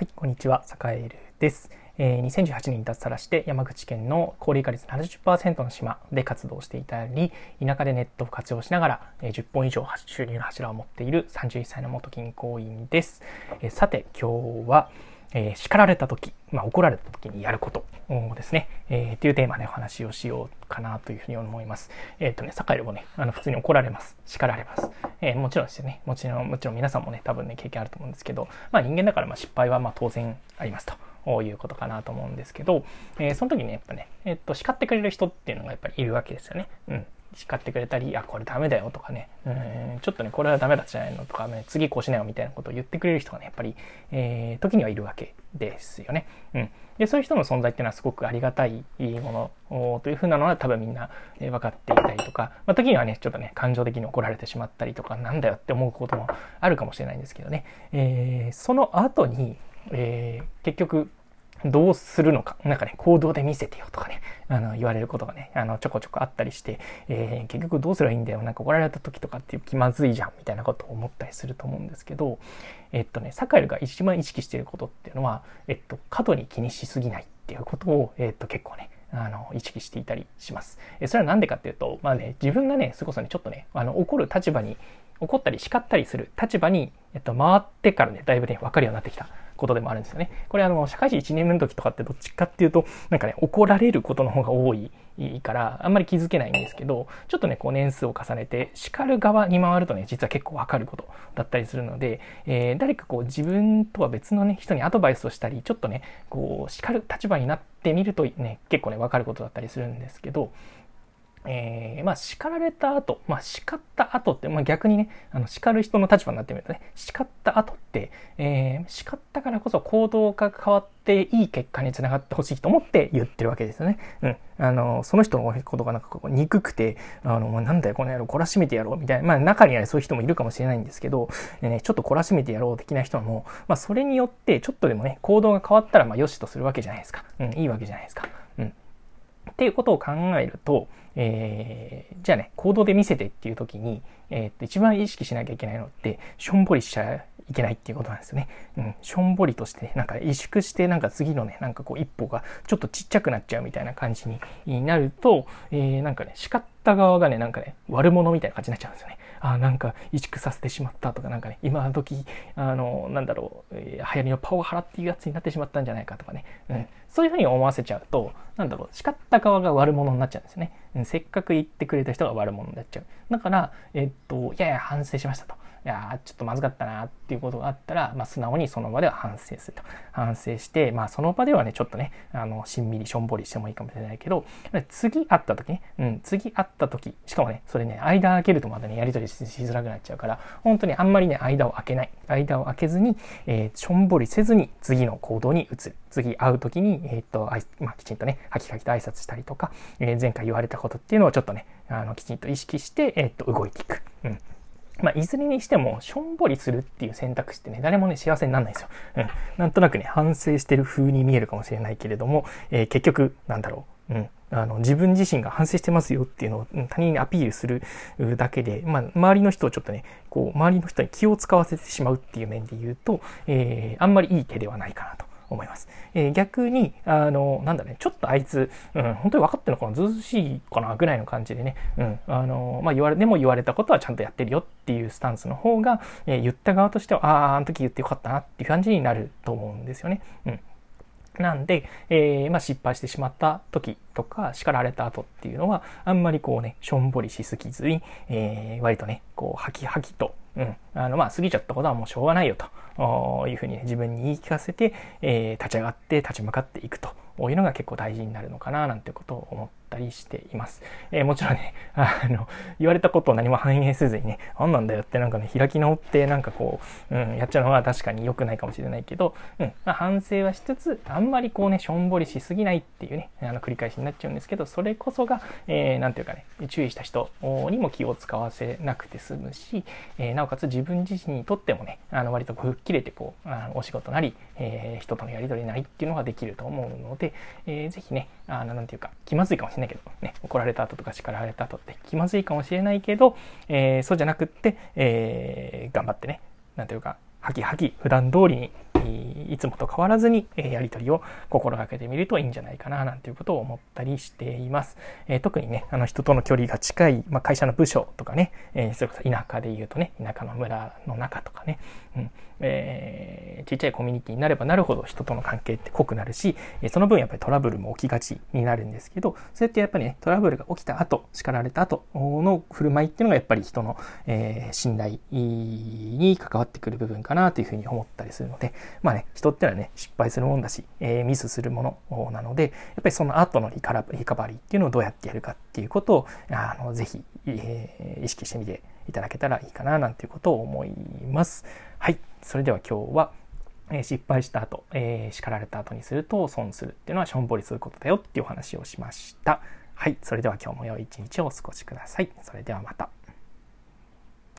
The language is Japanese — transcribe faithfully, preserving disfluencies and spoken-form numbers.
はい、こんにちは、サカエルです。えー、にせんじゅうはちねんに脱サラして山口県の高齢化率 ななじゅっパーセント の島で活動していたり、田舎でネットを活用しながら、えー、じゅっぽん以上収入の柱を持っているさんじゅういっさいの元銀行員です。えー、さて、今日は、えー、叱られた時、まあ、怒られた時にやることですね、えー、というテーマでお話をしようかなというふうに思います。えっとね、サカエルもね、あの普通に怒られます。叱られます。えー、もちろんですよね。もちろん、もちろん皆さんもね、多分ね、経験あると思うんですけど、まあ人間だからまあ失敗はまあ当然ありますと。いうことかなと思うんですけど、えー、その時にね、やっぱね、えっと、叱ってくれる人っていうのがやっぱりいるわけですよね。うん。叱ってくれたり、あ、これダメだよとかね、うん、ちょっとね、これはダメだじゃないのとか、ね、次こうしなよみたいなことを言ってくれる人がね、やっぱり、えー、時にはいるわけですよね。うん。で、そういう人の存在っていうのはすごくありがたいものというふうなのは多分みんな分かっていたりとか、まあ、時にはね、ちょっとね、感情的に怒られてしまったりとか、なんだよって思うこともあるかもしれないんですけどね、えー、その後に、えー、結局、どうするのか、なんかね、行動で見せてよとかね、あの、言われることがね、あの、ちょこちょこあったりして、えー、結局どうすればいいんだよ、なんか怒られた時とかっていう気まずいじゃん、みたいなことを思ったりすると思うんですけど、えっとね、サカエルが一番意識していることっていうのは、えっと、過度に気にしすぎないっていうことを、えっと、結構ね、あの、意識していたりします。え、それはなんでかっていうと、まあね、自分がね、それこそね、ちょっとね、あの、怒る立場に、怒ったり叱ったりする立場に、えっと、回ってからね、だいぶね、分かるようになってきたことでもあるんですよね。これあの、社会人いちねんめの時とかってどっちかっていうと、なんかね、怒られることの方が多いから、あんまり気づけないんですけど、ちょっとね、こう年数を重ねて、叱る側に回るとね、実は結構分かることだったりするので、えー、誰かこう自分とは別のね、人にアドバイスをしたり、ちょっとね、こう、叱る立場になってみるとね、結構ね、分かることだったりするんですけど、えー、まあ叱られた後、まあ叱った後って、まあ逆にね、あの叱る人の立場になってみるとね、叱った後って、えー、叱ったからこそ行動が変わっていい結果につながってほしいと思って言ってるわけですよね。うん。あの、その人のことがなんかこう憎くて、あの、なんだよこの野郎懲らしめてやろうみたいな、まあ中には、ね、そういう人もいるかもしれないんですけど、ね、ちょっと懲らしめてやろう的な人も、まあそれによってちょっとでもね、行動が変わったらまあ良しとするわけじゃないですか。うん、いいわけじゃないですか。うん。っていうことを考えると、えー、じゃあね、行動で見せてっていう時に、えー、っと一番意識しなきゃいけないのって、しょんぼりしちゃいけないっていうことなんですよね。うん、しょんぼりとして、ね、なんか萎縮して、なんか次のね、なんかこう一歩がちょっとちっちゃくなっちゃうみたいな感じになると、えー、なんかね、叱った側がね、なんかね、悪者みたいな感じになっちゃうんですよね。あ、なんか萎縮させてしまったとか、なんかね、今時、あの、なんだろう、えー、流行りのパワハラっていうやつになってしまったんじゃないかとかね。うん、そういうふうに思わせちゃうと、なんだろう、叱った側が悪者になっちゃうんですよね。うん、せっかく言ってくれた人が悪者になっちゃう。だから、えっと、いやいや、反省しましたと。いやちょっとまずかったなっていうことがあったら、まあ、素直にその場では反省すると。反省して、まあ、その場ではね、ちょっとね、あの、しんみりしょんぼりしてもいいかもしれないけど、次会った時ね、うん、次会った時、しかもね、それね、間開けるとまたね、やり取りしづらくなっちゃうから、本当にあんまりね、間を開けない。間を開けずに、えー、しょんぼりせずに次の行動に移る。次会う時に、えー、っと、まあ、きちんとね、はきはきと挨拶したりとか、えー、前回言われたことっていうのをちょっとね、あの、きちんと意識して、えー、っと、動いていく。うん。まあ、いずれにしても、しょんぼりするっていう選択肢ってね、誰もね、幸せにならないんですよ。うん。なんとなくね、反省してる風に見えるかもしれないけれども、えー、結局、なんだろう。うん。あの、自分自身が反省してますよっていうのを他人にアピールするだけで、まあ、周りの人をちょっとね、こう、周りの人に気を使わせてしまうっていう面で言うと、えー、あんまりいい手ではないかなと。思います。えー、逆に、あの、なんだね、ちょっとあいつ、うん、本当に分かってるのかな、ずうずしいかな、ぐらいの感じでね、うん、あの、まあ、言われ、でも言われたことはちゃんとやってるよっていうスタンスの方が、えー、言った側としては、ああ、あの時言ってよかったなっていう感じになると思うんですよね。うん。なんで、えー、まあ失敗してしまった時とか、叱られた後っていうのは、あんまりこうね、しょんぼりしすぎずに、えー、割とね、こう、はきはきと、うん、あの、まあ過ぎちゃったことはもうしょうがないよというふうに、ね、自分に言い聞かせて、えー、立ち上がって立ち向かっていくというのが結構大事になるのかな、なんてことを思ったりしています。えー、もちろんね、あの、言われたことを何も反映せずにね、あんなんだよってなんかね、開き直ってなんかこう、うん、やっちゃうのは確かに良くないかもしれないけど、うん、まあ、反省はしつつ、あんまりこうね、しょんぼりしすぎないっていうね、あの繰り返しになっちゃうんですけど、それこそが、えー、なんていうかね、注意した人にも気を使わせなくて済むし、えー、なおかつ自分自身にとってもね、あの割と吹っ切れてこう、あのお仕事なり、えー、人とのやり取りなりっていうのができると思うので、えー、ぜひね、あの、なんていうか、気まずいかもしれないけど、ね、怒られた後とか叱られた後って気まずいかもしれないけど、えー、そうじゃなくって、えー、頑張ってね、なんていうか、はきはき普段通りに、えいつもと変わらずにやり取りを心がけてみるといいんじゃないかななんていうことを思ったりしています。えー、特にね、あの人との距離が近い、まあ、会社の部署とかね、えー、それこそ田舎で言うとね、田舎の村の中とかね、うんえー、ちっちゃいコミュニティになればなるほど人との関係って濃くなるし、その分やっぱりトラブルも起きがちになるんですけど、そうやってやっぱりね、トラブルが起きた後、叱られた後の振る舞いっていうのがやっぱり人の、えー、信頼に関わってくる部分かなというふうに思ったりするので、まあね、人ってのはね、失敗するもんだし、えー、ミスするものなので、やっぱりその後のリカバリーっていうのをどうやってやるかっていうことを、あの、ぜひ、えー、意識してみていただけたらいいかななんていうことを思います。はい。それでは今日は、えー、失敗した後、えー、叱られた後にすると損するっていうのはしょんぼりすることだよっていうお話をしました。はい。それでは今日も良い一日をお過ごしください。それではまた。